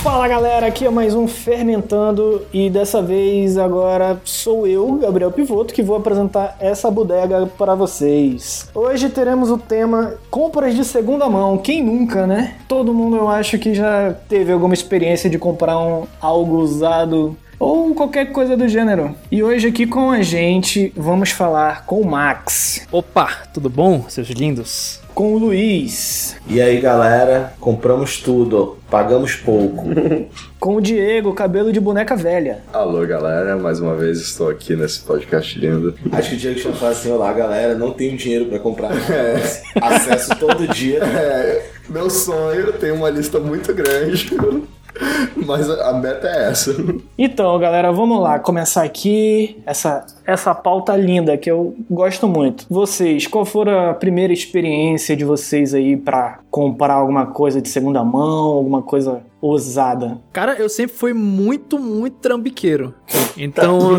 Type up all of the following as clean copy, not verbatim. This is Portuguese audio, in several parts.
Fala galera, aqui é mais um Fermentando e dessa vez agora sou eu, Gabriel Pivoto, que vou apresentar essa bodega para vocês. Hoje teremos o tema compras de segunda mão, quem nunca, né? Todo mundo eu acho que já teve alguma experiência de comprar algo usado ou qualquer coisa do gênero. E hoje aqui com a gente vamos falar com o Max. Opa, tudo bom, seus lindos? Com o Luiz. E aí galera, compramos tudo, pagamos pouco. Com o Diego, cabelo de boneca velha. Alô galera, mais uma vez estou aqui nesse podcast lindo. Acho que o Diego tinha falado assim, olá galera, não tenho dinheiro pra comprar nada. Acesso todo dia. Meu sonho, tem uma lista muito grande. Mas a meta é essa. Então, galera, vamos lá, começar aqui essa pauta linda que eu gosto muito. Vocês, qual foi a primeira experiência de vocês aí pra comprar alguma coisa de segunda mão, alguma coisa ousada? Cara, eu sempre fui muito trambiqueiro. Então,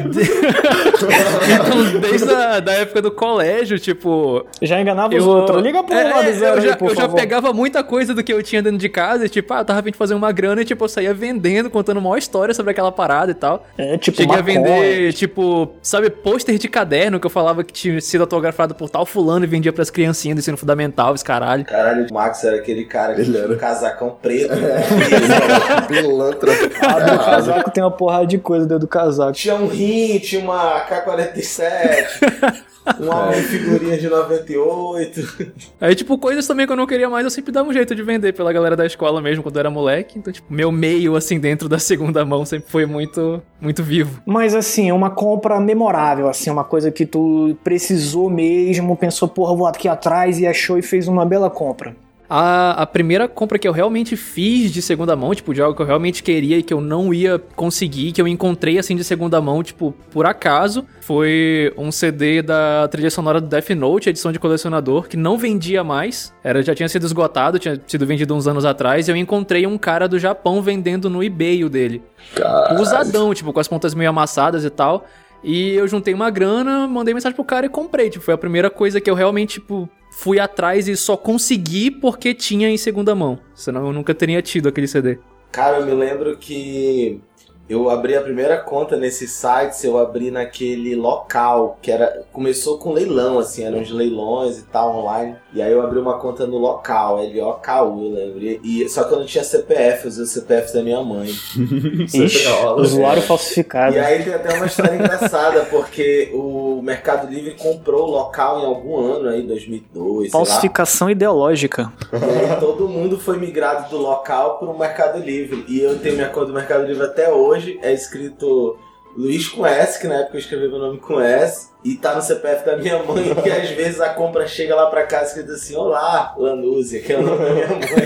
desde a da época do colégio, tipo... Já enganava os outros. Liga pro lado zero aí, por favor. Eu já pegava muita coisa do que eu tinha dentro de casa e, tipo, eu tava a fim de fazer uma grana e, tipo, eu saía vendendo, contando uma história sobre aquela parada e tal. Tipo, cheguei a vender, tipo, sabe, pôster de caderno que eu falava que tinha sido autografado por tal fulano e vendia pras criancinhas do ensino fundamental, esse caralho. Caralho, o Max era aquele cara que tinha um casacão preto. Pilantra. Do casaco tem uma porrada de coisa dentro do casaco. Tinha um rim, tinha uma AK-47, uma figurinha de 98. Aí, tipo, coisas também que eu não queria mais, eu sempre dava um jeito de vender pela galera da escola mesmo, quando eu era moleque. Então, tipo, meu meio, assim, dentro da segunda mão sempre foi muito vivo. Mas, assim, uma compra memorável, assim, uma coisa que tu precisou mesmo, pensou, porra, vou aqui atrás e achou e fez uma bela compra. A primeira compra que eu realmente fiz de segunda mão, tipo, de algo que eu realmente queria e que eu não ia conseguir, que eu encontrei, assim, de segunda mão, tipo, por acaso, foi um CD da trilha sonora do Death Note, edição de colecionador, que não vendia mais, já tinha sido esgotado, tinha sido vendido uns anos atrás, e eu encontrei um cara do Japão vendendo no eBay o dele. Caralho. Usadão, tipo, com as pontas meio amassadas e tal. E eu juntei uma grana, mandei mensagem pro cara e comprei, tipo, foi a primeira coisa que eu realmente, tipo... fui atrás e só consegui porque tinha em segunda mão. Senão eu nunca teria tido aquele CD. Cara, eu me lembro que eu abri a primeira conta nesses sites, eu abri naquele local, que começou com leilão, assim, eram uns leilões e tal, online. E aí eu abri uma conta no local, LOKU, eu lembro. Só que eu não tinha CPF, eu usei o CPF da minha mãe. Ixi, usuário falsificado. E aí tem até uma história engraçada, porque o Mercado Livre comprou o local em algum ano aí, 2002, falsificação ideológica. E aí todo mundo foi migrado do local pro Mercado Livre. E eu tenho minha conta do Mercado Livre até hoje, é escrito Luiz com S, que na época eu escrevi meu nome com S, e tá no CPF da minha mãe, que às vezes a compra chega lá pra casa escrito assim, olá, Lanúzia, que é o nome da minha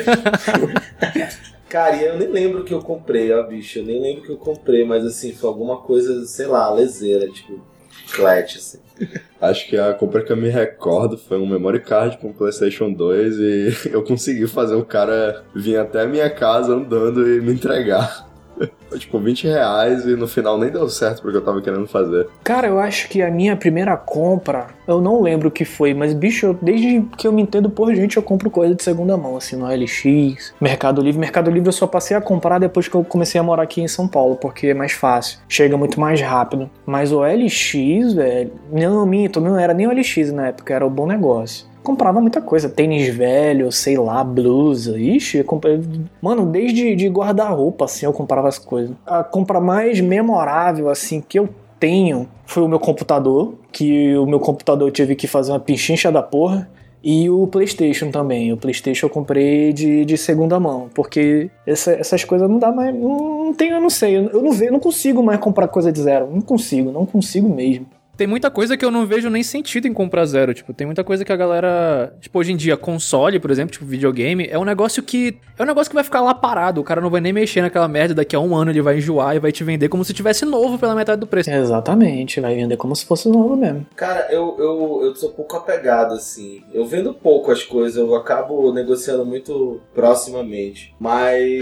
mãe. Cara, e eu nem lembro o que eu comprei, ó, bicho, eu nem lembro o que eu comprei, mas assim, foi alguma coisa, sei lá, leseira, tipo, chiclete, assim. Acho que a compra que eu me recordo foi um memory card para um PlayStation 2 e eu consegui fazer o cara vir até a minha casa andando e me entregar. Foi tipo R$20 e no final nem deu certo porque eu tava querendo fazer. Cara, eu acho que a minha primeira compra, eu não lembro o que foi, mas bicho, desde que eu me entendo por gente, eu compro coisa de segunda mão, assim, no LX, Mercado Livre. Mercado Livre eu só passei a comprar depois que eu comecei a morar aqui em São Paulo, porque é mais fácil, chega muito mais rápido. Mas o LX, velho, não era nem o LX na época, era o Bom Negócio. Comprava muita coisa, tênis velho, sei lá, blusa, ixi, eu comprei... Mano, desde de guarda-roupa, assim, eu comprava as coisas. A compra mais memorável, assim, que eu tenho foi o meu computador, que o meu computador eu tive que fazer uma pichincha da porra, e o PlayStation também. O PlayStation eu comprei de segunda mão, porque essas coisas não dá mais... Não tenho, eu não sei, eu não consigo mais comprar coisa de zero, não consigo mesmo. Tem muita coisa que eu não vejo nem sentido em comprar zero, tipo, tem muita coisa que a galera, tipo, hoje em dia, console, por exemplo, tipo, videogame, é um negócio que vai ficar lá parado, o cara não vai nem mexer naquela merda, daqui a um ano ele vai enjoar e vai te vender como se tivesse novo pela metade do preço. Exatamente, vai vender como se fosse novo mesmo. Cara, eu sou pouco apegado, assim, eu vendo pouco as coisas, eu acabo negociando muito proximamente, mas...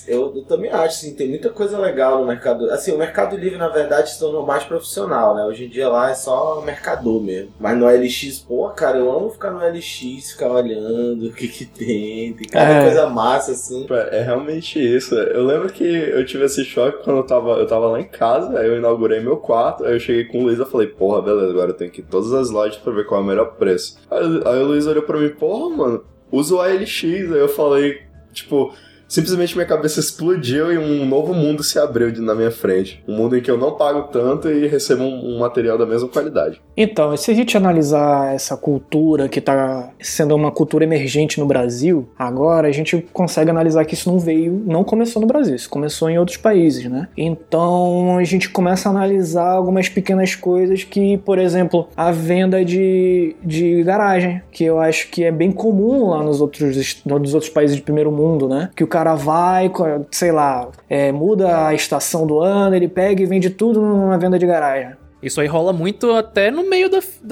Eu também acho, assim, tem muita coisa legal no mercado. Assim, o Mercado Livre, na verdade, se tornou mais profissional, né? Hoje em dia lá é só mercador mesmo. Mas no LX, pô, cara, eu amo ficar no LX, ficar olhando o que tem cada coisa massa, assim. É realmente isso. Eu lembro que eu tive esse choque quando eu tava lá em casa, aí eu inaugurei meu quarto, aí eu cheguei com o Luiz e falei, porra, beleza, agora eu tenho que ir em todas as lojas pra ver qual é o melhor preço. Aí o Luiz olhou pra mim, porra, mano, usa o ALX. Aí eu falei, tipo, simplesmente minha cabeça explodiu e um novo mundo se abriu na minha frente. Um mundo em que eu não pago tanto e recebo um material da mesma qualidade. Então, se a gente analisar essa cultura que está sendo uma cultura emergente no Brasil, agora a gente consegue analisar que isso não começou no Brasil, isso começou em outros países, né? Então a gente começa a analisar algumas pequenas coisas que, por exemplo, a venda de garagem, que eu acho que é bem comum lá nos outros países de primeiro mundo, né? Que o cara vai, sei lá, muda a estação do ano, ele pega e vende tudo numa venda de garagem. Isso aí rola muito até no meio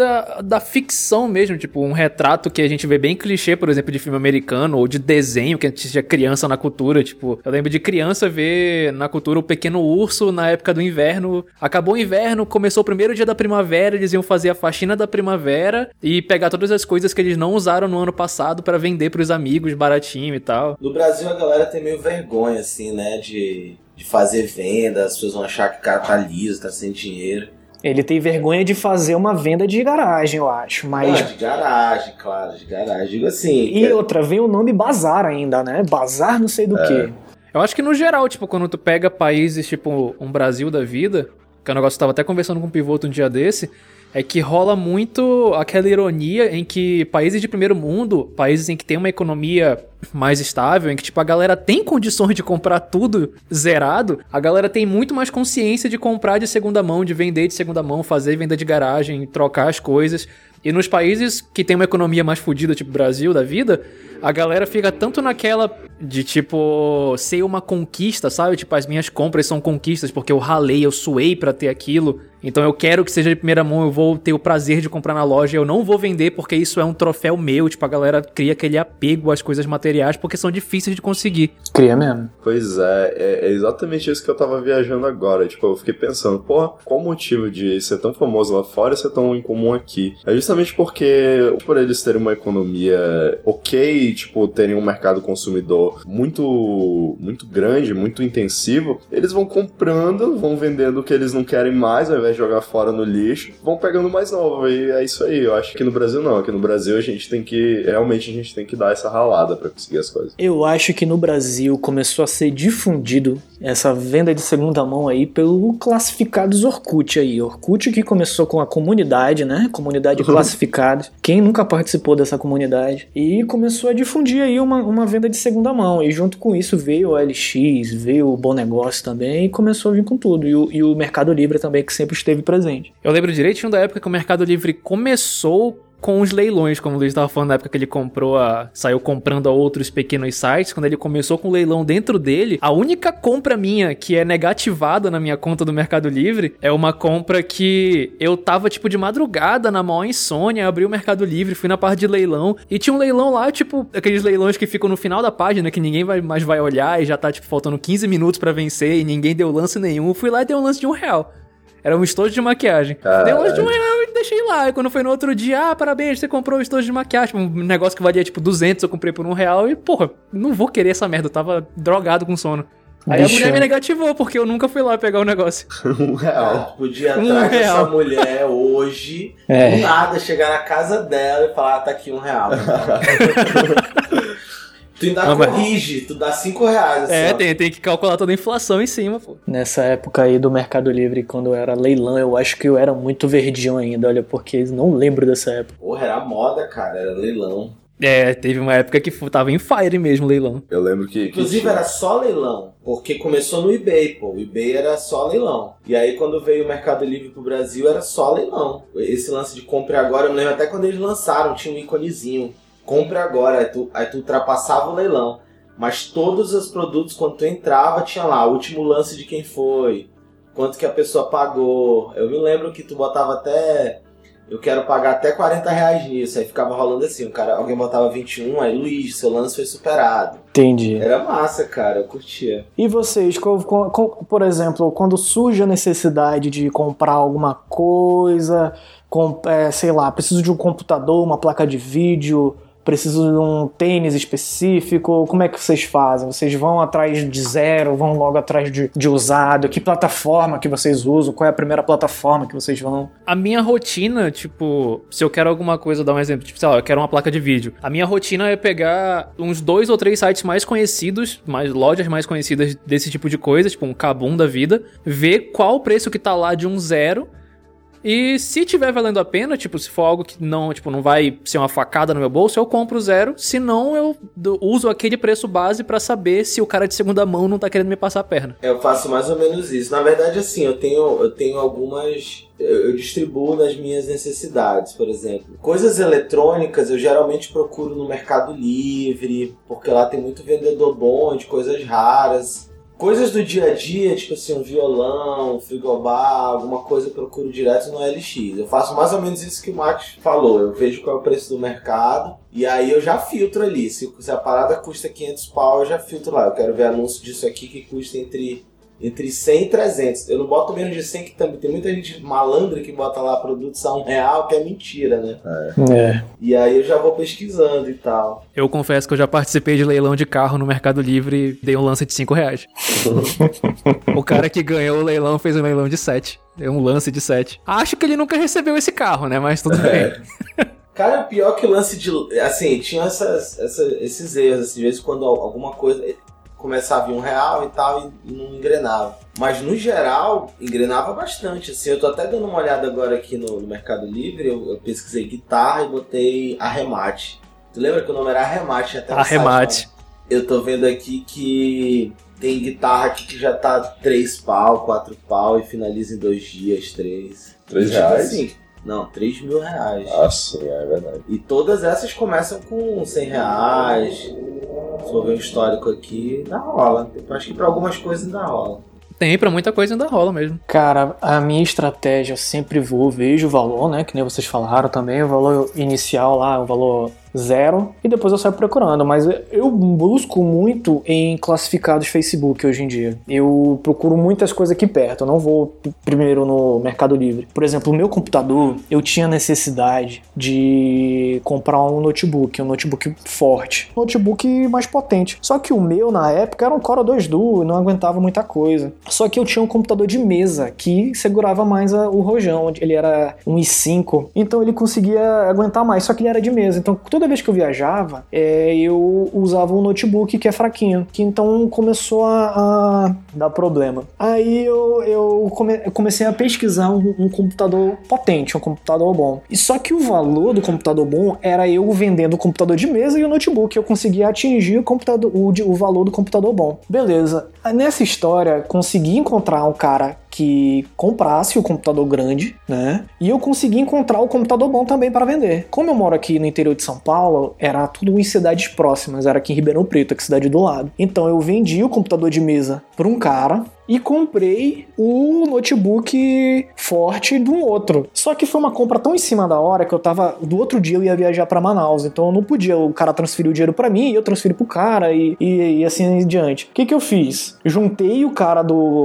da ficção mesmo, tipo um retrato que a gente vê bem clichê, por exemplo, de filme americano ou de desenho que a gente tinha criança na cultura, tipo, eu lembro de criança ver na cultura o Pequeno Urso na época do inverno, acabou o inverno, começou o primeiro dia da primavera, eles iam fazer a faxina da primavera e pegar todas as coisas que eles não usaram no ano passado pra vender pros amigos baratinho e tal. No Brasil a galera tem meio vergonha, assim, né, de fazer venda, as pessoas vão achar que o cara tá liso, tá sem dinheiro. Ele tem vergonha de fazer uma venda de garagem, eu acho, mas... de garagem, claro, de garagem. Digo assim... E outra, vem o nome bazar ainda, né? Bazar não sei do quê. Eu acho que no geral, tipo, quando tu pega países tipo um Brasil da vida, que é um negócio que eu tava até conversando com um pivoto um dia desse, é que rola muito aquela ironia em que países de primeiro mundo, países em que tem uma economia mais estável, em que tipo a galera tem condições de comprar tudo zerado, a galera tem muito mais consciência de comprar de segunda mão, de vender de segunda mão, fazer venda de garagem, trocar as coisas. E nos países que tem uma economia mais fodida, tipo Brasil da vida, a galera fica tanto naquela de, tipo, ser uma conquista, sabe? Tipo, as minhas compras são conquistas porque eu ralei, eu suei pra ter aquilo. Então eu quero que seja de primeira mão, eu vou ter o prazer de comprar na loja, eu não vou vender porque isso é um troféu meu. Tipo, a galera cria aquele apego às coisas materiais porque são difíceis de conseguir. Cria mesmo. Pois é exatamente isso que eu tava viajando agora. Tipo, eu fiquei pensando, porra, qual o motivo de ser tão famoso lá fora e ser tão incomum aqui? É justamente porque, por eles terem uma economia ok, tipo, terem um mercado consumidor muito, muito grande, muito intensivo, eles vão comprando, vão vendendo o que eles não querem mais, ao invés de jogar fora no lixo, vão pegando mais novo, e é isso aí. Eu acho que no Brasil não, aqui no Brasil a gente tem que dar essa ralada pra conseguir as coisas. Eu acho que no Brasil começou a ser difundido essa venda de segunda mão aí pelo classificados Orkut aí. Orkut que começou com a comunidade, né? Comunidade classificados. Quem nunca participou dessa comunidade? E começou a difundir aí uma venda de segunda mão. E junto com isso veio o LX, veio o Bom Negócio também e começou a vir com tudo. E o Mercado Livre também, que sempre esteve presente. Eu lembro direitinho da época que o Mercado Livre começou com os leilões, como o Luiz estava falando na época que ele saiu comprando a outros pequenos sites. Quando ele começou com o leilão dentro dele, a única compra minha que é negativada na minha conta do Mercado Livre é uma compra que eu tava, tipo, de madrugada, na maior insônia, abri o Mercado Livre, fui na parte de leilão, e tinha um leilão lá, tipo, aqueles leilões que ficam no final da página, que ninguém mais vai olhar, e já tá, tipo, faltando 15 minutos pra vencer, e ninguém deu lance nenhum. Fui lá e dei um lance de R$1. Era um estojo de maquiagem. Dei um lance de R$1 e deixei lá. E quando foi no outro dia, parabéns, você comprou o estojo de maquiagem. Um negócio que valia, tipo, 200, eu comprei por R$1. E, porra, não vou querer essa merda. Eu tava drogado com sono. Aí a mulher me negativou, porque eu nunca fui lá pegar o negócio. R$1. Podia atrás dessa mulher hoje, do nada, chegar na casa dela e falar, tá aqui R$1. Tu ainda corrige, tu dá R$5. Assim, tem que calcular toda a inflação em cima, pô. Nessa época aí do Mercado Livre, quando era leilão, eu acho que eu era muito verdinho ainda, olha, porque não lembro dessa época. Porra, era moda, cara, era leilão. Teve uma época que tava em fire mesmo, leilão. Eu lembro que... Inclusive era só leilão, porque começou no eBay, pô. O eBay era só leilão. E aí quando veio o Mercado Livre pro Brasil, era só leilão. Esse lance de compre agora, eu me lembro até quando eles lançaram, tinha um íconezinho. Compre agora, aí tu ultrapassava o leilão. Mas todos os produtos, quando tu entrava, tinha lá, o último lance de quem foi, quanto que a pessoa pagou. Eu me lembro que tu botava até eu quero pagar até R$40 nisso. Aí ficava rolando assim, alguém botava 21, aí Luiz, seu lance foi superado. Entendi. Era massa, cara, eu curtia. E vocês, por exemplo, quando surge a necessidade de comprar alguma coisa, sei lá, preciso de um computador, uma placa de vídeo, preciso de um tênis específico, como é que vocês fazem? Vocês vão atrás de zero, vão logo atrás de usado? Que plataforma que vocês usam? Qual é a primeira plataforma que vocês vão? A minha rotina, tipo, se eu quero alguma coisa, dar um exemplo, tipo, sei lá, eu quero uma placa de vídeo. A minha rotina é pegar uns 2 ou 3 sites mais conhecidos, lojas mais conhecidas desse tipo de coisa, tipo um Kabum da vida, ver qual o preço que tá lá de um zero. E se tiver valendo a pena, tipo, se for algo que não vai ser uma facada no meu bolso, eu compro zero. Se não, eu uso aquele preço base pra saber se o cara de segunda mão não tá querendo me passar a perna. Eu faço mais ou menos isso. Na verdade, assim, eu tenho algumas... Eu distribuo nas minhas necessidades, por exemplo. Coisas eletrônicas eu geralmente procuro no Mercado Livre, porque lá tem muito vendedor bom de coisas raras. Coisas do dia a dia, tipo assim, um violão, um frigobar, alguma coisa eu procuro direto no LX. Eu faço mais ou menos isso que o Max falou. Eu vejo qual é o preço do mercado e aí eu já filtro ali. Se a parada custa 500 pau, eu já filtro lá. Eu quero ver anúncio disso aqui que custa entre 100 e 300. Eu não boto menos de 100, que também tem muita gente malandra que bota lá produtos a R$1, que é mentira, né? É. E aí eu já vou pesquisando e tal. Eu confesso que eu já participei de leilão de carro no Mercado Livre e dei um lance de R$5. O cara que ganhou o leilão fez um leilão de 7. Deu um lance de 7. Acho que ele nunca recebeu esse carro, né? Mas tudo bem. Cara, pior que o lance de... Assim, tinha esses erros, assim, de vez em quando alguma coisa... Começava em R$1 e tal e não engrenava. Mas no geral, engrenava bastante. Assim, eu tô até dando uma olhada agora aqui no Mercado Livre. Eu pesquisei guitarra e botei arremate. Tu lembra que o nome era arremate? Até arremate. Eu tô vendo aqui que tem guitarra aqui que já tá 3 pau, 4 pau e finaliza em 2 dias, 3. R$3? Assim, não, R$3.000. Ah, sim, é verdade. E todas essas começam com R$100. Se for ver o histórico aqui, ainda rola. Eu acho que pra algumas coisas ainda rola. Tem, pra muita coisa ainda rola mesmo. Cara, a minha estratégia, eu sempre vejo o valor, né? Que nem vocês falaram também, o valor inicial lá, o valor 0, e depois eu saio procurando, mas eu busco muito em classificados Facebook hoje em dia. Eu procuro muitas coisas aqui perto, eu não vou primeiro no Mercado Livre. Por exemplo, o meu computador, eu tinha necessidade de comprar um notebook forte, um notebook mais potente. Só que o meu, na época, era um Core 2 Duo, não aguentava muita coisa. Só que eu tinha um computador de mesa que segurava mais o rojão, ele era um i5, então ele conseguia aguentar mais, só que ele era de mesa, então toda vez que eu viajava, eu usava um notebook que é fraquinho, que então começou a dar problema. Aí eu comecei a pesquisar um computador potente, um computador bom. E só que o valor do computador bom era eu vendendo o computador de mesa e o notebook, eu conseguia atingir o valor do computador bom. Beleza. Nessa história, consegui encontrar um cara que comprasse o computador grande, né? E eu consegui encontrar o computador bom também para vender. Como eu moro aqui no interior de São Paulo, era tudo em cidades próximas, era aqui em Ribeirão Preto, que é a cidade do lado. Então eu vendi o computador de mesa para um cara e comprei o notebook forte de um outro. Só que foi uma compra tão em cima da hora que do outro dia eu ia viajar para Manaus, então eu não podia, o cara transferiu o dinheiro para mim e eu transferi pro cara e assim em diante. O que eu fiz? Juntei o cara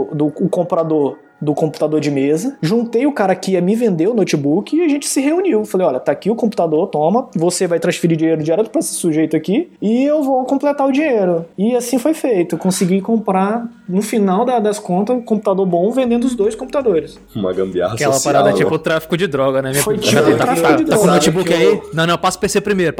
o comprador do computador de mesa, juntei o cara que ia me vender o notebook e a gente se reuniu. Falei, olha, tá aqui o computador, toma, você vai transferir dinheiro direto pra esse sujeito aqui e eu vou completar o dinheiro. E assim foi feito. Consegui comprar, no final das contas, um computador bom vendendo os 2 computadores. Uma gambiarra Aquela social. parada tipo tráfico de droga, né? Foi tipo tráfico de droga. Tá com o notebook aí? Não, passa o PC primeiro,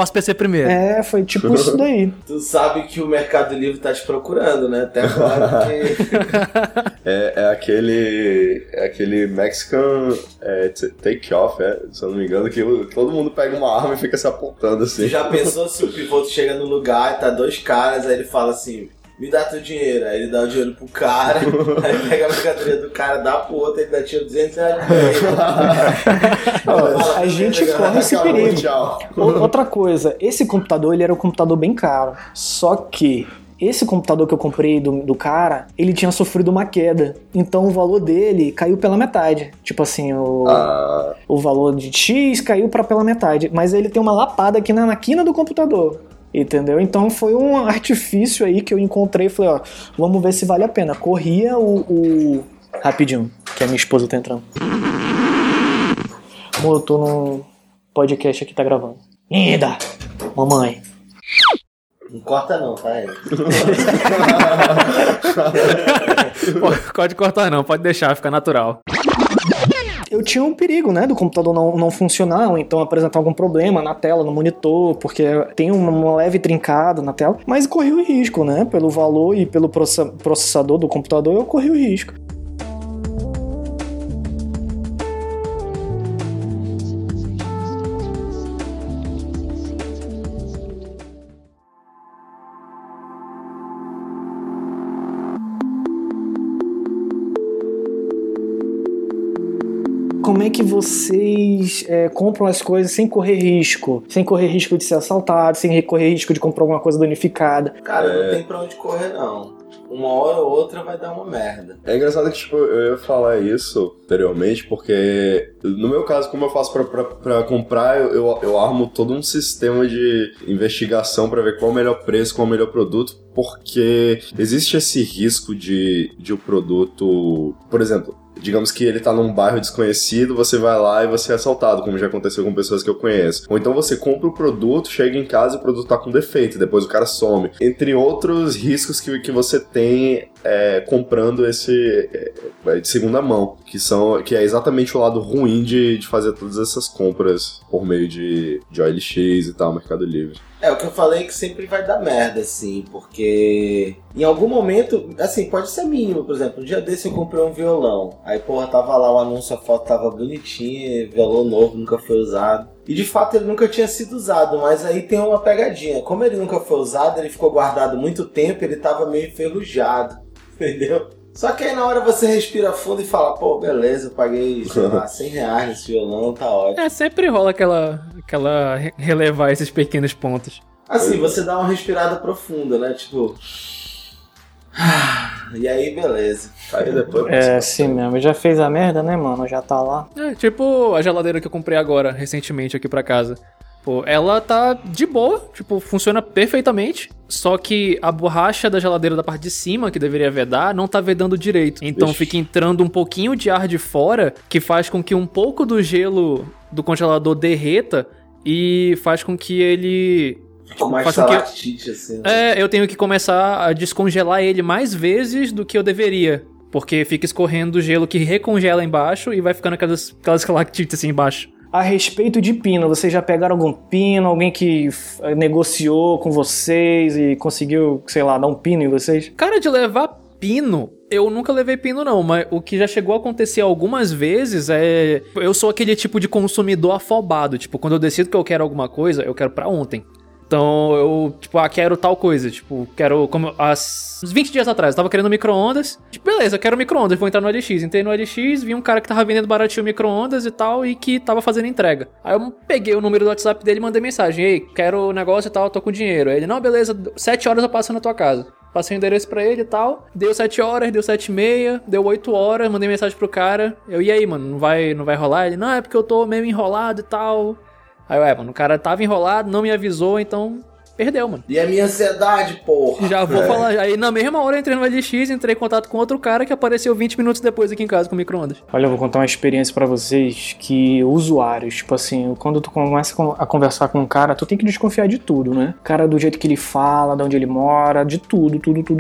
foi tipo isso daí. Tu sabe que o Mercado Livre tá te procurando, né? Até agora, porque... É aquele Mexican take-off, se eu não me engano, que todo mundo pega uma arma e fica se apontando assim. Tu já pensou se o pivoto chega no lugar e tá 2 caras, aí ele fala assim, me dá teu dinheiro, aí ele dá o dinheiro pro cara, aí pega a mercadoria do cara, dá pro outro, ele dá tiro R$200 a gente corre esse perigo. Outra coisa, esse computador, ele era um computador bem caro, só que esse computador que eu comprei do cara, ele tinha sofrido uma queda. Então o valor dele caiu pela metade. Tipo assim, o valor de X caiu pela metade. Mas ele tem uma lapada aqui na quina do computador. Entendeu? Então foi um artifício aí que eu encontrei e falei, ó, vamos ver se vale a pena. Corria o... Rapidinho, que a minha esposa tá entrando. Amor, eu tô num podcast aqui, tá gravando. Linda! Mamãe. Não corta não, tá? Pode cortar não, pode deixar, fica natural. Eu tinha um perigo, né, do computador não funcionar, ou então apresentar algum problema na tela, no monitor, porque tem uma leve trincada na tela, mas corri o risco, né, pelo valor e pelo processador do computador, eu corri o risco. Como é que vocês compram as coisas sem correr risco? Sem correr risco de ser assaltado, sem correr risco de comprar alguma coisa danificada? Cara, não tem pra onde correr, não. Uma hora ou outra vai dar uma merda. É engraçado que, tipo, eu ia falar isso anteriormente, porque no meu caso, como eu faço pra comprar, eu armo todo um sistema de investigação pra ver qual é o melhor preço, qual é o melhor produto, porque existe esse risco de o produto... Por exemplo, digamos que ele tá num bairro desconhecido, você vai lá e você é assaltado, como já aconteceu com pessoas que eu conheço. Ou então você compra o produto, chega em casa e o produto tá com defeito, depois o cara some. Entre outros riscos que você tem comprando esse de segunda mão, que é exatamente o lado ruim de fazer todas essas compras por meio de OLX e tal, Mercado Livre. O que eu falei é que sempre vai dar merda, assim, porque em algum momento, assim, pode ser mínimo, por exemplo, um dia desse eu comprei um violão, aí porra, tava lá o anúncio, a foto tava bonitinha, violão novo, nunca foi usado. E de fato ele nunca tinha sido usado, mas aí tem uma pegadinha, como ele nunca foi usado, ele ficou guardado muito tempo, ele tava meio enferrujado, entendeu? Só que aí na hora você respira fundo e fala, pô, beleza, eu paguei, sei lá, R$100 nesse violão, tá ótimo. Sempre rola aquela relevar esses pequenos pontos. Assim, você dá uma respirada profunda, né? Tipo... E aí, beleza. Aí depois sim mesmo. Já fez a merda, né, mano? Já tá lá. Tipo a geladeira que eu comprei agora, recentemente, aqui pra casa. Pô, ela tá de boa, tipo, funciona perfeitamente. Só que a borracha da geladeira da parte de cima, que deveria vedar, não tá vedando direito. Então fica entrando um pouquinho de ar de fora, que faz com que um pouco do gelo do congelador derreta e faz com que ele... Mais estalactite, assim, né? Eu tenho que começar a descongelar ele mais vezes do que eu deveria. Porque fica escorrendo gelo que recongela embaixo e vai ficando aquelas estalactites assim embaixo. A respeito de pino, vocês já pegaram algum pino? Alguém que negociou com vocês e conseguiu, sei lá, dar um pino em vocês? Cara, de levar pino, eu nunca levei pino não, mas o que já chegou a acontecer algumas vezes é... Eu sou aquele tipo de consumidor afobado, tipo, quando eu decido que eu quero alguma coisa, eu quero pra ontem. Então, eu, tipo, quero tal coisa, tipo, quero, como, uns 20 dias atrás, eu tava querendo micro-ondas, tipo, beleza, eu quero micro-ondas, vou entrar no LX, entrei no LX, vi um cara que tava vendendo baratinho micro-ondas e tal, e que tava fazendo entrega. Aí eu peguei o número do WhatsApp dele e mandei mensagem, ei, quero o negócio e tal, tô com dinheiro. Aí ele, não, beleza, 7 horas eu passo na tua casa. Passei o endereço pra ele e tal, deu 7 horas, deu 7h30, deu 8 horas, mandei mensagem pro cara, e aí, mano, não vai rolar? Ele, não, é porque eu tô meio enrolado e tal... Aí, mano, o cara tava enrolado, não me avisou, então perdeu, mano. E a minha ansiedade, porra. Já vou falar. Aí, na mesma hora, eu entrei no LX, entrei em contato com outro cara que apareceu 20 minutos depois aqui em casa com micro-ondas. Olha, eu vou contar uma experiência pra vocês que usuários, tipo assim, quando tu começa a conversar com um cara, tu tem que desconfiar de tudo, né? Cara, do jeito que ele fala, de onde ele mora, de tudo.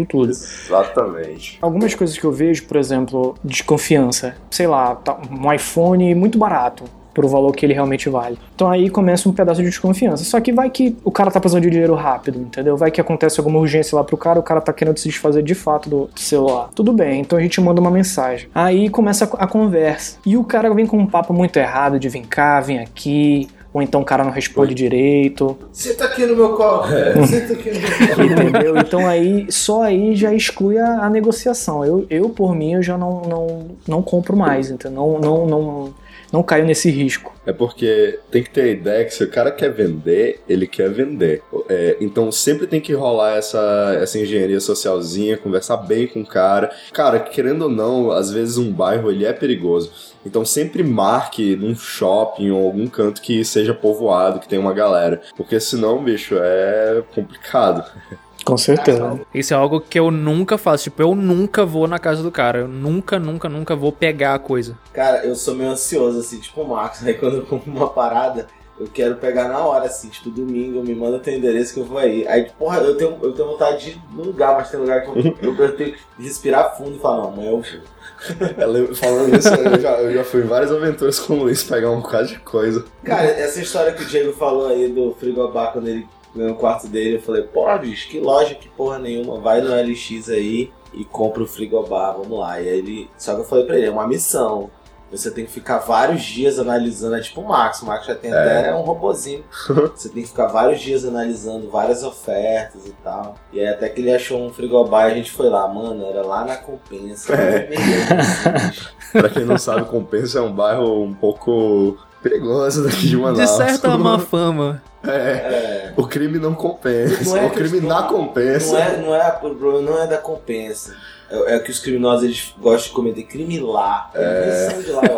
Exatamente. Algumas coisas que eu vejo, por exemplo, desconfiança. Sei lá, um iPhone muito barato pro valor que ele realmente vale. Então aí começa um pedaço de desconfiança. Só que vai que o cara tá precisando de dinheiro rápido, entendeu? Vai que acontece alguma urgência lá pro cara, o cara tá querendo se desfazer de fato do celular. Tudo bem, então a gente manda uma mensagem. Aí começa a conversa. E o cara vem com um papo muito errado de vem cá, vem aqui... Ou então o cara não responde direito. Senta aqui no meu colo. Senta aqui no meu colo. Entendeu? Então aí, só aí já exclui a negociação. Por mim, eu já não compro mais. Então não caio nesse risco. É porque tem que ter a ideia que se o cara quer vender, ele quer vender. Então sempre tem que rolar essa engenharia socialzinha, conversar bem com o cara. Cara, querendo ou não, às vezes um bairro ele é perigoso. Então sempre marque num shopping ou algum canto que seja povoado, que tenha uma galera. Porque senão, bicho, é complicado. Com certeza. Isso é algo que eu nunca faço. Tipo, eu nunca vou na casa do cara. Eu nunca vou pegar a coisa. Cara, eu sou meio ansioso, assim, tipo o Marcos. Aí quando eu compro uma parada, eu quero pegar na hora, assim, tipo, domingo, me manda teu endereço que eu vou aí. Aí, porra, eu tenho vontade de ir no lugar, mas tem lugar que eu tenho que respirar fundo e falar, não, amanhã eu vou. Falando isso, eu já fui em várias aventuras com o Luiz pegar um bocado de coisa. Cara, essa história que o Diego falou aí do frigobar quando ele ganhou o quarto dele, eu falei, porra, bicho, que loja, que porra nenhuma, vai no LX aí e compra o frigobar, vamos lá. E aí ele, só que eu falei pra ele, é uma missão. Você tem que ficar vários dias analisando, é tipo o Max já tem até um robozinho. Você tem que ficar vários dias analisando várias ofertas e tal. E aí até que ele achou um frigobar e a gente foi lá, mano, era lá na Compensa. Pra quem não sabe, Compensa é um bairro um pouco perigoso daqui de Manaus. De certa má fama. O crime não compensa. O crime na compensa. O problema não é da compensa. É que os criminosos eles gostam de cometer crime lá. Eles são de lá,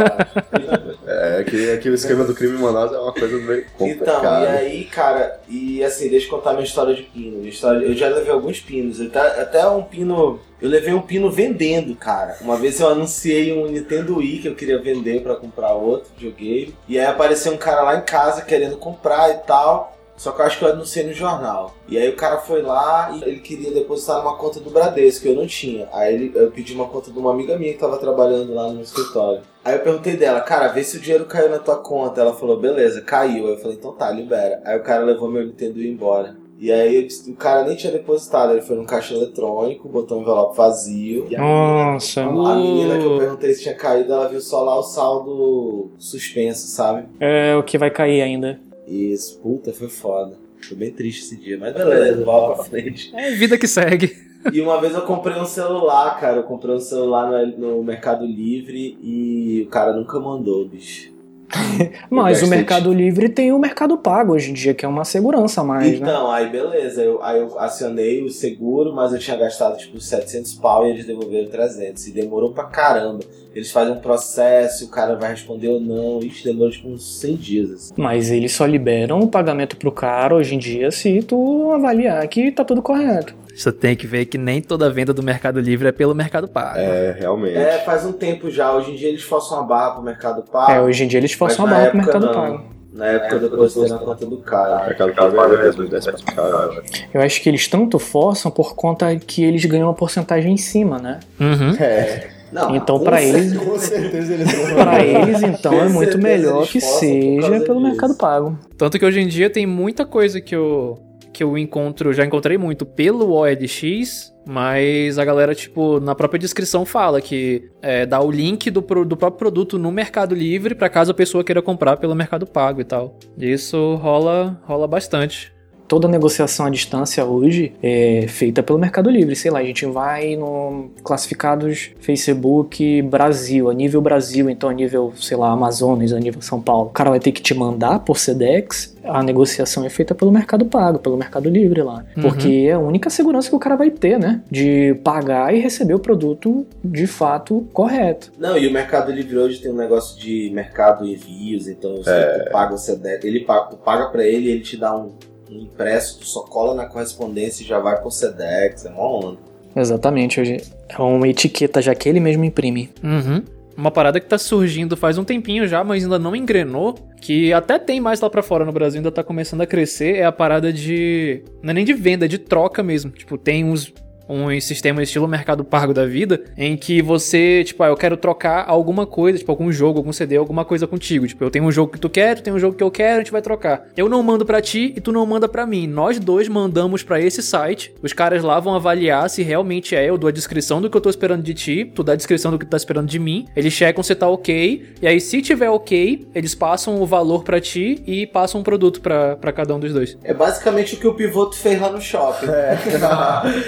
eu acho. Que o esquema do crime em Manaus é uma coisa meio complicada. Então, e aí, cara, e assim, deixa eu contar minha história de pino. Eu já levei alguns pinos. Até um pino. Eu levei um pino vendendo, cara. Uma vez eu anunciei um Nintendo Wii que eu queria vender pra comprar outro videogame. E aí apareceu um cara lá em casa querendo comprar e tal. Só que eu acho que eu anunciei no jornal. E aí o cara foi lá e ele queria depositar numa conta do Bradesco, que eu não tinha. Aí eu pedi uma conta de uma amiga minha que tava trabalhando lá no escritório. Aí eu perguntei dela, cara, vê se o dinheiro caiu na tua conta. Ela falou, beleza, caiu. Aí eu falei, então tá, libera. Aí o cara levou meu Nintendo Wii embora. E aí o cara nem tinha depositado, ele foi num caixa eletrônico, botou um envelope vazio. E Nossa. A menina que eu perguntei se tinha caído, ela viu só lá o saldo suspenso, sabe? É o que vai cair ainda. Isso, puta, foi foda. Foi bem triste esse dia, mas beleza, bola pra frente. É vida que segue. E uma vez eu comprei um celular, cara. Eu comprei um celular no Mercado Livre e o cara nunca mandou, bicho. Mas o Mercado Livre tem o Mercado Pago hoje em dia, que é uma segurança a mais, então, né? aí beleza. Aí eu acionei o seguro, mas eu tinha gastado tipo 700 pau e eles devolveram 300. E demorou pra caramba. Eles fazem um processo, o cara vai responder ou não. Ixi, demorou tipo uns 100 dias. Assim. Mas eles só liberam o pagamento pro cara hoje em dia se tu avaliar que tá tudo correto. Você tem que ver que nem toda venda do Mercado Livre é pelo Mercado Pago. É, realmente. Faz um tempo já. Hoje em dia eles forçam a barra pro Mercado Pago. Hoje em dia eles forçam a barra pro Mercado Pago. Na época eu depositei na conta do cara. O Mercado Pago é mesmo, desce pra cara. Eu acho que eles tanto forçam por conta que eles ganham uma porcentagem em cima, né? Uhum. Não, então pra eles, com certeza eles vão. pra eles então é muito melhor que forçam por seja causa pelo disso. Mercado Pago. Tanto que hoje em dia tem muita coisa que eu encontro, já encontrei muito pelo OLX, mas a galera, tipo, na própria descrição fala que dá o link do próprio produto no Mercado Livre pra caso a pessoa queira comprar pelo Mercado Pago e tal. Isso rola bastante. Toda negociação à distância hoje é feita pelo Mercado Livre. Sei lá, a gente vai no classificados Facebook Brasil, a nível Brasil, então a nível, sei lá, Amazonas, a nível São Paulo. O cara vai ter que te mandar por Sedex, a negociação é feita pelo Mercado Pago, pelo Mercado Livre lá. Porque é a única segurança que o cara vai ter, né? De pagar e receber o produto de fato correto. Não, e o Mercado Livre hoje tem um negócio de mercado envios, então você paga o Sedex, tu paga pra ele e ele te dá um impresso, tu só cola na correspondência e já vai pro Sedex, é mó onda. Exatamente, hoje é uma etiqueta já que ele mesmo imprime. Uhum. Uma parada que tá surgindo faz um tempinho já, mas ainda não engrenou, que até tem mais lá pra fora no Brasil, ainda tá começando a crescer, é a parada de... não é nem de venda, é de troca mesmo. Tipo, tem uns sistema estilo Mercado Pago da vida, em que você, tipo, eu quero trocar alguma coisa, tipo, algum jogo, algum CD, alguma coisa contigo. Tipo, eu tenho um jogo que tu quer, tu tem um jogo que eu quero, a gente vai trocar. Eu não mando pra ti e tu não manda pra mim. Nós dois mandamos pra esse site, os caras lá vão avaliar se realmente eu dou a descrição do que eu tô esperando de ti, tu dá a descrição do que tu tá esperando de mim, eles checam se tá ok, e aí se tiver ok, eles passam o valor pra ti e passam um produto pra cada um dos dois. É basicamente o que o Pivoto fez lá no shopping.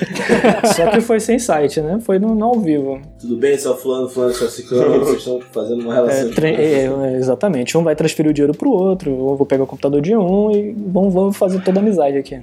Só que foi sem site, né? Foi no ao vivo. Tudo bem, só fulano, só ciclano, vocês estão fazendo uma relação exatamente. Um vai transferir o dinheiro pro outro, eu vou pegar o computador de um e vamos fazer toda a amizade aqui.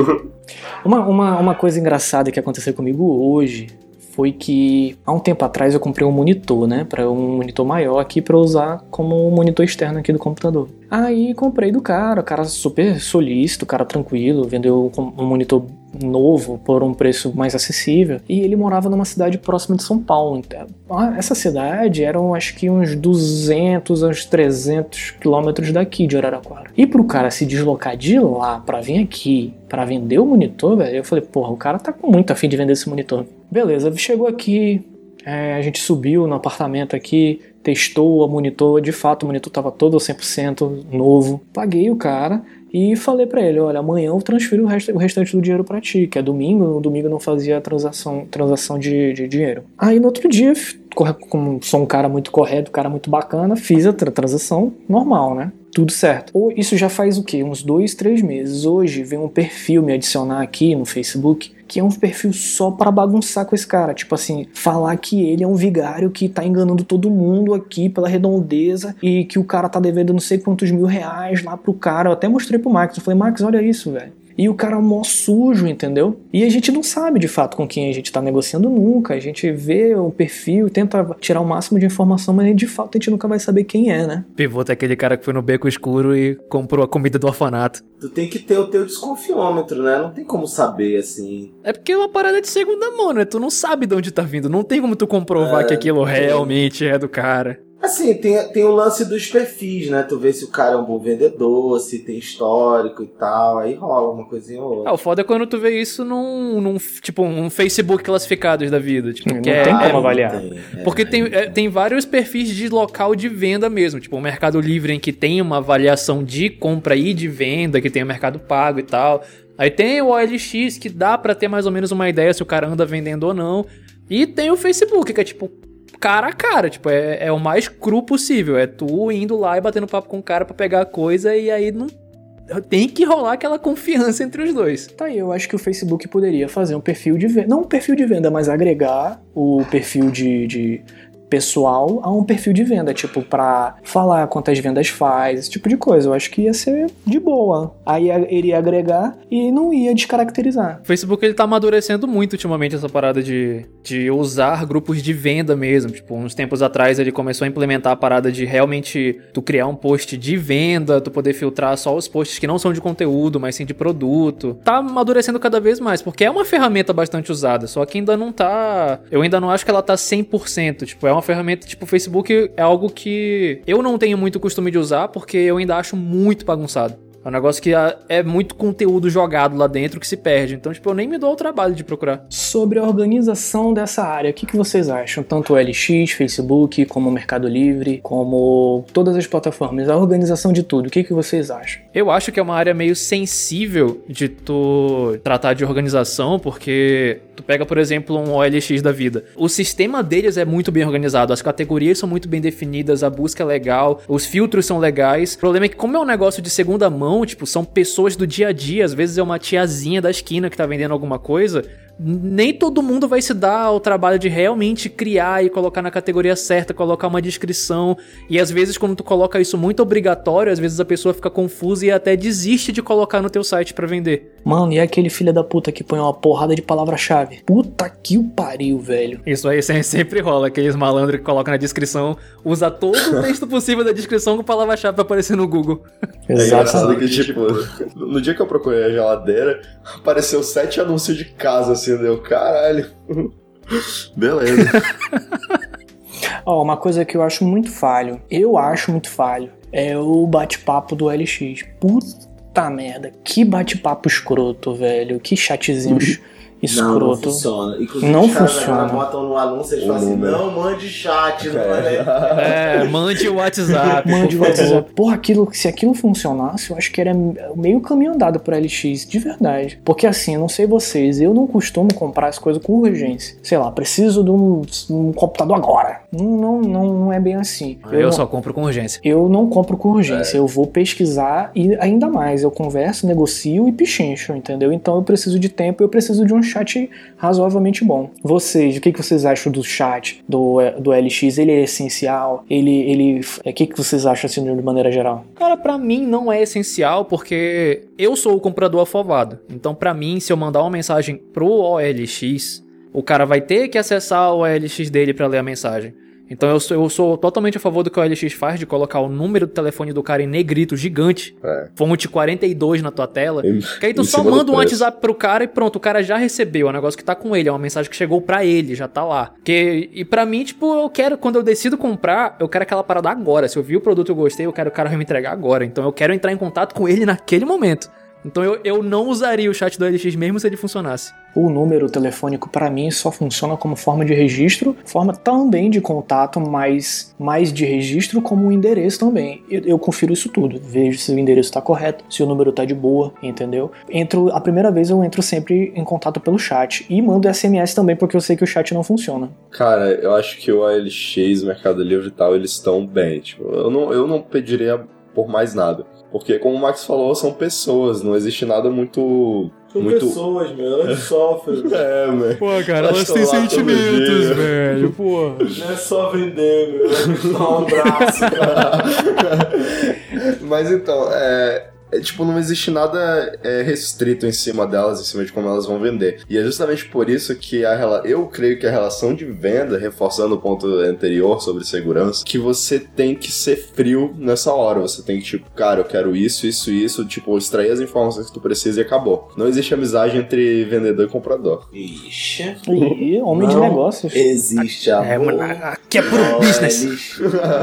Uma coisa engraçada que aconteceu comigo hoje foi que há um tempo atrás eu comprei um monitor, né? Para um monitor maior aqui para usar como um monitor externo aqui do computador. Aí comprei do cara, o cara super solícito, o cara tranquilo, vendeu um monitor novo por um preço mais acessível, e ele morava numa cidade próxima de São Paulo. Então, essa cidade eram acho que uns 200 aos 300 quilômetros daqui de Araraquara. E pro cara se deslocar de lá pra vir aqui pra vender o monitor, velho, eu falei, porra, o cara tá com muito afim de vender esse monitor. Beleza, chegou aqui, a gente subiu no apartamento aqui, testou o monitor, de fato o monitor tava todo 100% novo. Paguei o cara e falei pra ele, olha, amanhã eu transfiro o restante do dinheiro pra ti, que é domingo, no domingo eu não fazia transação de dinheiro. Aí no outro dia, como sou um cara muito correto, um cara muito bacana, fiz a transação normal, né? Tudo certo. Isso já faz o quê? Uns 2, 3 meses. Hoje vem um perfil me adicionar aqui no Facebook, que é um perfil só pra bagunçar com esse cara. Tipo assim, falar que ele é um vigário que tá enganando todo mundo aqui pela redondeza e que o cara tá devendo não sei quantos R$1.000 lá pro cara. Eu até mostrei pro Max. Eu falei, Max, olha isso, velho. E o cara é mó sujo, entendeu? E a gente não sabe de fato com quem a gente tá negociando nunca. A gente vê o perfil, tenta tirar o máximo de informação, mas de fato a gente nunca vai saber quem é, né? Pivota é aquele cara que foi no beco escuro e comprou a comida do orfanato. Tu tem que ter o teu desconfiômetro, né? Não tem como saber, assim. É porque é uma parada de segunda mão, né? Tu não sabe de onde tá vindo. Não tem como tu comprovar que aquilo realmente é do cara. Assim, tem o lance dos perfis, né? Tu vê se o cara é um bom vendedor, se tem histórico e tal, aí rola uma coisinha ou outra. O foda é quando tu vê isso num tipo, um Facebook classificados da vida. Tipo, não tem como avaliar. Porque tem vários perfis de local de venda mesmo. Tipo, o Mercado Livre em que tem uma avaliação de compra e de venda, que tem o Mercado Pago e tal. Aí tem o OLX, que dá pra ter mais ou menos uma ideia se o cara anda vendendo ou não. E tem o Facebook, que é tipo... cara a cara, tipo, é o mais cru possível, é tu indo lá e batendo papo com o cara pra pegar a coisa e aí não tem que rolar aquela confiança entre os dois. Tá aí, eu acho que o Facebook poderia fazer um perfil de venda, não um perfil de venda, mas agregar o perfil de pessoal a um perfil de venda, tipo, pra falar quantas vendas faz, esse tipo de coisa. Eu acho que ia ser de boa. Aí ele ia agregar e não ia descaracterizar. O Facebook, ele tá amadurecendo muito ultimamente essa parada de usar grupos de venda mesmo. Tipo, uns tempos atrás ele começou a implementar a parada de realmente tu criar um post de venda, tu poder filtrar só os posts que não são de conteúdo, mas sim de produto. Tá amadurecendo cada vez mais, porque é uma ferramenta bastante usada, só que ainda não tá... Eu ainda não acho que ela tá 100%, tipo, é uma ferramenta, tipo, o Facebook é algo que eu não tenho muito costume de usar, porque eu ainda acho muito bagunçado. É um negócio que é muito conteúdo jogado lá dentro que se perde. Então, tipo, eu nem me dou o trabalho de procurar. Sobre a organização dessa área, o que vocês acham? Tanto o LX, Facebook, como o Mercado Livre, como todas as plataformas. A organização de tudo, o que vocês acham? Eu acho que é uma área meio sensível de tu tratar de organização, porque tu pega, por exemplo, um OLX da vida. O sistema deles é muito bem organizado, as categorias são muito bem definidas, a busca é legal, os filtros são legais. O problema é que, como é um negócio de segunda mão, tipo, são pessoas do dia a dia, às vezes é uma tiazinha da esquina que tá vendendo alguma coisa, nem todo mundo vai se dar ao trabalho de realmente criar e colocar na categoria certa, colocar uma descrição, e às vezes quando tu coloca isso muito obrigatório, às vezes a pessoa fica confusa e até desiste de colocar no teu site pra vender. Mano, e aquele filho da puta que põe uma porrada de palavra-chave? Puta que o pariu, velho. Isso aí sempre rola, aqueles malandros que colocam na descrição, usa todo o texto possível da descrição com palavra-chave pra aparecer no Google. É engraçado que, tipo, no dia que eu procurei a geladeira, apareceu 7 anúncios de casa, assim, deu, caralho. Beleza. Uma coisa que eu acho muito falho, é o bate-papo do LX. Puta merda, que bate-papo escroto, velho, que chatzinho escroto. Não funciona. Inclusive, não os caras funciona. agora botam no anúncio, eles falam assim, não mande chat, não mande o WhatsApp. Mande o WhatsApp. Porra, se aquilo funcionasse, eu acho que era meio caminho andado pro LX, de verdade. Porque assim, eu não sei vocês, eu não costumo comprar as coisas com urgência. Sei lá, preciso de um computador agora. Não é bem assim. Eu só compro com urgência. Eu não compro com urgência. Eu vou pesquisar e ainda mais, eu converso, negocio e pichincho, entendeu? Então eu preciso de tempo, eu preciso de um chat chat razoavelmente bom. Vocês, o que vocês acham do chat, do LX? Ele é essencial? O que vocês acham assim de maneira geral? Cara, pra mim não é essencial porque eu sou o comprador afobado. Então pra mim, se eu mandar uma mensagem pro OLX, o cara vai ter que acessar o OLX dele pra ler a mensagem. Então eu sou totalmente a favor do que o OLX faz, de colocar o número do telefone do cara em negrito gigante, fonte 42 na tua tela, que aí tu só manda um WhatsApp pro cara e pronto, o cara já recebeu, é um negócio que tá com ele, é uma mensagem que chegou pra ele, já tá lá. E pra mim, tipo, eu quero, quando eu decido comprar, eu quero aquela parada agora. Se eu vi o produto e eu gostei, eu quero o cara me entregar agora. Então eu quero entrar em contato com ele naquele momento. Então eu não usaria o chat do LX mesmo se ele funcionasse. O número telefônico para mim só funciona como forma de registro, forma também de contato, mas mais de registro como um endereço também. Eu confiro isso tudo, vejo se o endereço está correto, se o número está de boa, entendeu? A primeira vez eu entro sempre em contato pelo chat e mando SMS também porque eu sei que o chat não funciona. Cara, eu acho que o OLX, o Mercado Livre e tal, eles estão bem. Tipo, eu não pediria por mais nada. Porque, como o Max falou, são pessoas, não existe nada muito... São pessoas, meu, elas sofrem. Velho. Pô, cara, elas têm sentimentos, velho, pô. Não é só vender, meu. Dá um abraço, cara. Mas então, tipo, não existe nada restrito em cima delas, em cima de como elas vão vender. E é justamente por isso que eu creio que a relação de venda, reforçando o ponto anterior sobre segurança, que você tem que ser frio nessa hora. Você tem que, tipo, cara, eu quero isso, tipo, extrair as informações que tu precisa e acabou. Não existe amizade entre vendedor e comprador. Ixi. E homem de negócios. Existe amor. Aqui é puro business.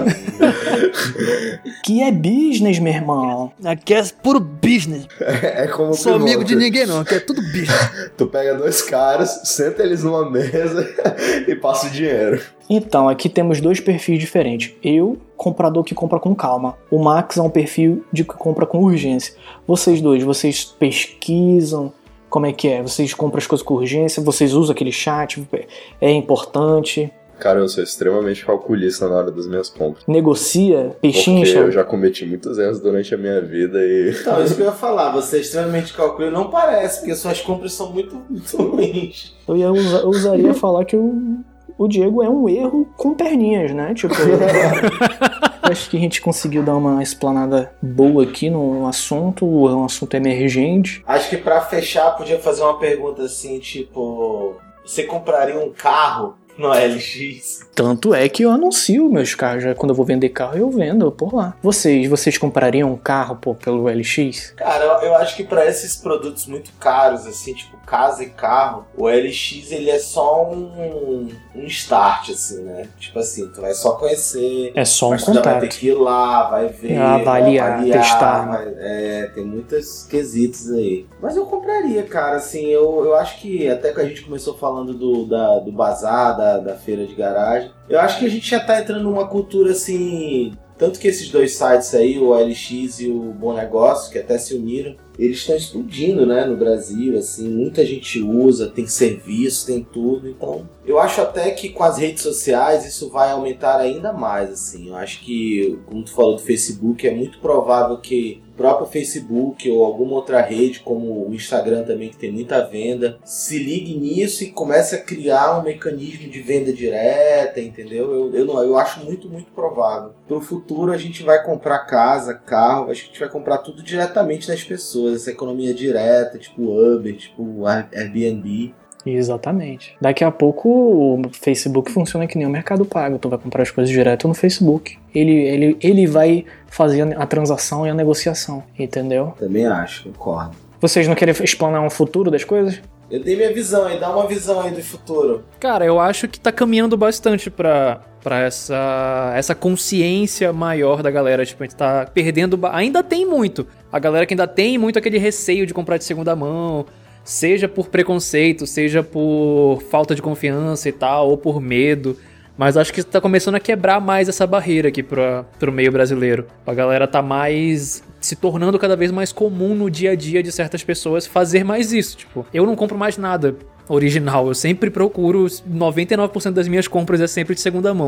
Que é business, meu irmão. Aqui é puro business. É como sou amigo de ninguém não, aqui é tudo business. Tu pega dois caras, senta eles numa mesa e passa o dinheiro. Então, aqui temos dois perfis diferentes. Eu, comprador que compra com calma. O Max é um perfil de que compra com urgência. Vocês dois, vocês pesquisam? Como é que é? Vocês compram as coisas com urgência? Vocês usam aquele chat? É importante? Cara, eu sou extremamente calculista na hora das minhas compras. Negocia, pechincha. Porque eu já cometi muitos erros durante a minha vida e... Então, isso que eu ia falar, você é extremamente calculista. Não parece, porque suas compras são muito ruins. Eu usaria falar que o Diego é um erro com perninhas, né? Tipo, acho que a gente conseguiu dar uma explanada boa aqui no assunto, é um assunto emergente. Acho que pra fechar, podia fazer uma pergunta assim, tipo... Você compraria um carro no OLX? Tanto é que eu anuncio meus carros. Já quando eu vou vender carro, eu vendo por lá. Vocês comprariam um carro pelo OLX? Cara, eu acho que pra esses produtos muito caros, assim, tipo casa e carro, o OLX ele é só um start, assim, né? Tipo assim, tu vai só conhecer. É só um mas contato. Vai ter que ir lá, vai ver, avaliar, testar. Tem muitos quesitos aí. Mas eu compraria, cara, assim, eu acho que até que a gente começou falando do bazar, da feira de garagem, eu acho que a gente já tá entrando numa cultura assim, tanto que esses dois sites aí, o OLX e o Bom Negócio, que até se uniram, eles estão explodindo, né, no Brasil, assim, muita gente usa, tem serviço, tem tudo, então eu acho até que com as redes sociais isso vai aumentar ainda mais, assim, eu acho que, como tu falou do Facebook, é muito provável que o próprio Facebook ou alguma outra rede, como o Instagram também, que tem muita venda, se ligue nisso e comece a criar um mecanismo de venda direta, entendeu? Eu acho muito, muito provável. Pro futuro a gente vai comprar casa, carro, acho que a gente vai comprar tudo diretamente das pessoas, essa economia direta, tipo Uber, tipo Airbnb. Exatamente. Daqui a pouco o Facebook funciona que nem o Mercado Pago. Tu vai comprar as coisas direto no Facebook. Ele vai fazer a transação e a negociação, entendeu? Também acho, concordo. Vocês não querem explanar um futuro das coisas? Eu dei minha visão aí, dá uma visão aí do futuro. Cara, eu acho que tá caminhando bastante pra essa consciência maior da galera. Tipo, a gente tá perdendo... Ainda tem muito. A galera que ainda tem muito aquele receio de comprar de segunda mão, seja por preconceito, seja por falta de confiança e tal, ou por medo. Mas acho que tá começando a quebrar mais essa barreira aqui pro meio brasileiro. A galera tá mais... se tornando cada vez mais comum no dia a dia de certas pessoas fazer mais isso. Tipo, eu não compro mais nada original. Eu sempre procuro... 99% das minhas compras é sempre de segunda mão.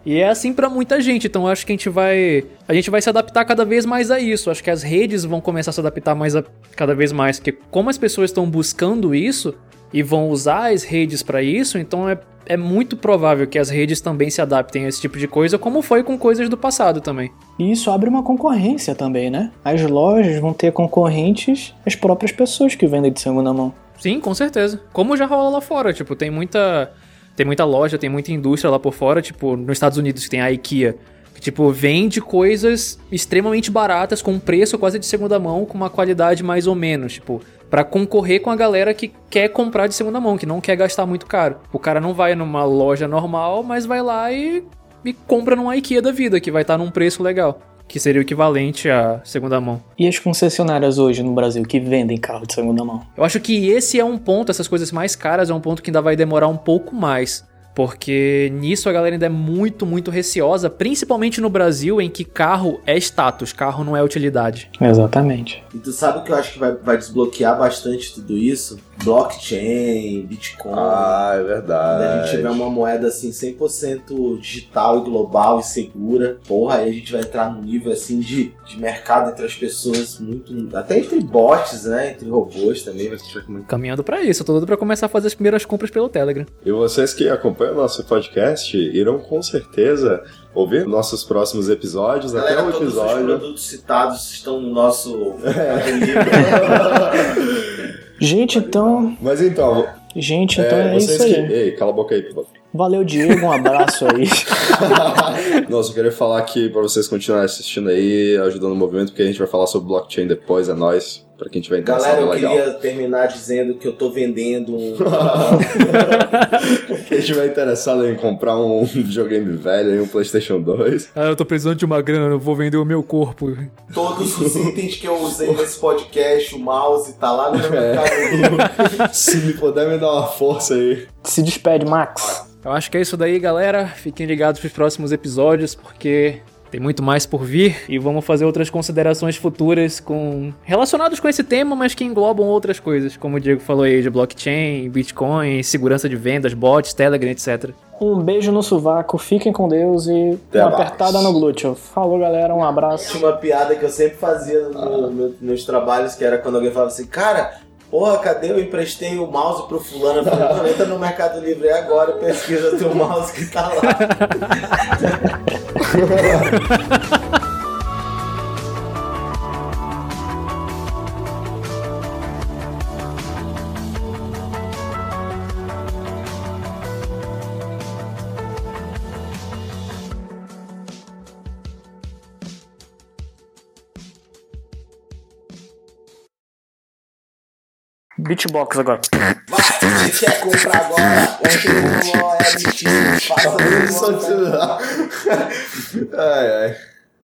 E é assim pra muita gente, então eu acho que a gente vai se adaptar cada vez mais a isso. Acho que as redes vão começar a se adaptar cada vez mais, porque como as pessoas estão buscando isso e vão usar as redes pra isso, então é muito provável que as redes também se adaptem a esse tipo de coisa, como foi com coisas do passado também. E isso abre uma concorrência também, né? As lojas vão ter concorrentes as próprias pessoas que vendem de segunda mão. Sim, com certeza. Como já rola lá fora, tipo, tem muita loja, tem muita indústria lá por fora, tipo, nos Estados Unidos que tem a IKEA, que, tipo, vende coisas extremamente baratas, com um preço quase de segunda mão, com uma qualidade mais ou menos, tipo, pra concorrer com a galera que quer comprar de segunda mão, que não quer gastar muito caro. O cara não vai numa loja normal, mas vai lá e compra numa IKEA da vida, que vai estar num preço legal, que seria o equivalente à segunda mão. E as concessionárias hoje no Brasil que vendem carro de segunda mão? Eu acho que esse é um ponto, essas coisas mais caras é um ponto que ainda vai demorar um pouco mais. Porque nisso a galera ainda é muito, muito receosa, principalmente no Brasil, em que carro é status, carro não é utilidade. Exatamente. E tu sabe o que eu acho que vai desbloquear bastante tudo isso? Blockchain, Bitcoin. Ah, é verdade. Quando a gente tiver uma moeda assim 100% digital e global e segura, porra, aí a gente vai entrar num nível assim de mercado entre as pessoas muito... Até entre bots, né? Entre robôs também. Caminhando pra isso, eu tô doido pra começar a fazer as primeiras compras pelo Telegram. E vocês que acompanham o nosso podcast irão com certeza ouvir nossos próximos episódios, galera, até o episódio. Todos os produtos citados estão no nosso Gente, então... Mas então... Gente, então é isso aí. Ei, cala a boca aí, Piloto. Valeu, Diego, um abraço aí. Nossa, eu queria falar aqui pra vocês continuarem assistindo aí, ajudando o movimento, porque a gente vai falar sobre blockchain depois, é nóis. Pra quem tiver interessado, galera, eu legal. queria terminar dizendo que eu tô vendendo Quem estiver interessado em comprar um videogame velho, um PlayStation 2. Ah, eu tô precisando de uma grana, eu vou vender o meu corpo. Todos os itens que eu usei nesse podcast, o mouse tá lá no meu mercado. Se me puder me dar uma força aí. Se despede, Max. Eu acho que é isso daí, galera. Fiquem ligados pros próximos episódios, porque tem muito mais por vir e vamos fazer outras considerações futuras relacionadas com esse tema, mas que englobam outras coisas, como o Diego falou aí, de blockchain, Bitcoin, segurança de vendas, bots, Telegram, etc. Um beijo no sovaco, fiquem com Deus e uma apertada no glúteo. Falou, galera, um abraço. Tinha uma piada que eu sempre fazia nos trabalhos, que era quando alguém falava assim, cara... Porra, cadê? Eu emprestei o mouse pro fulano. Eu falei, mano, entra no Mercado Livre agora e pesquisa teu mouse que tá lá. Beatbox agora. Vai, você quer comprar agora? Entre no OLX, faça o Ai, ai.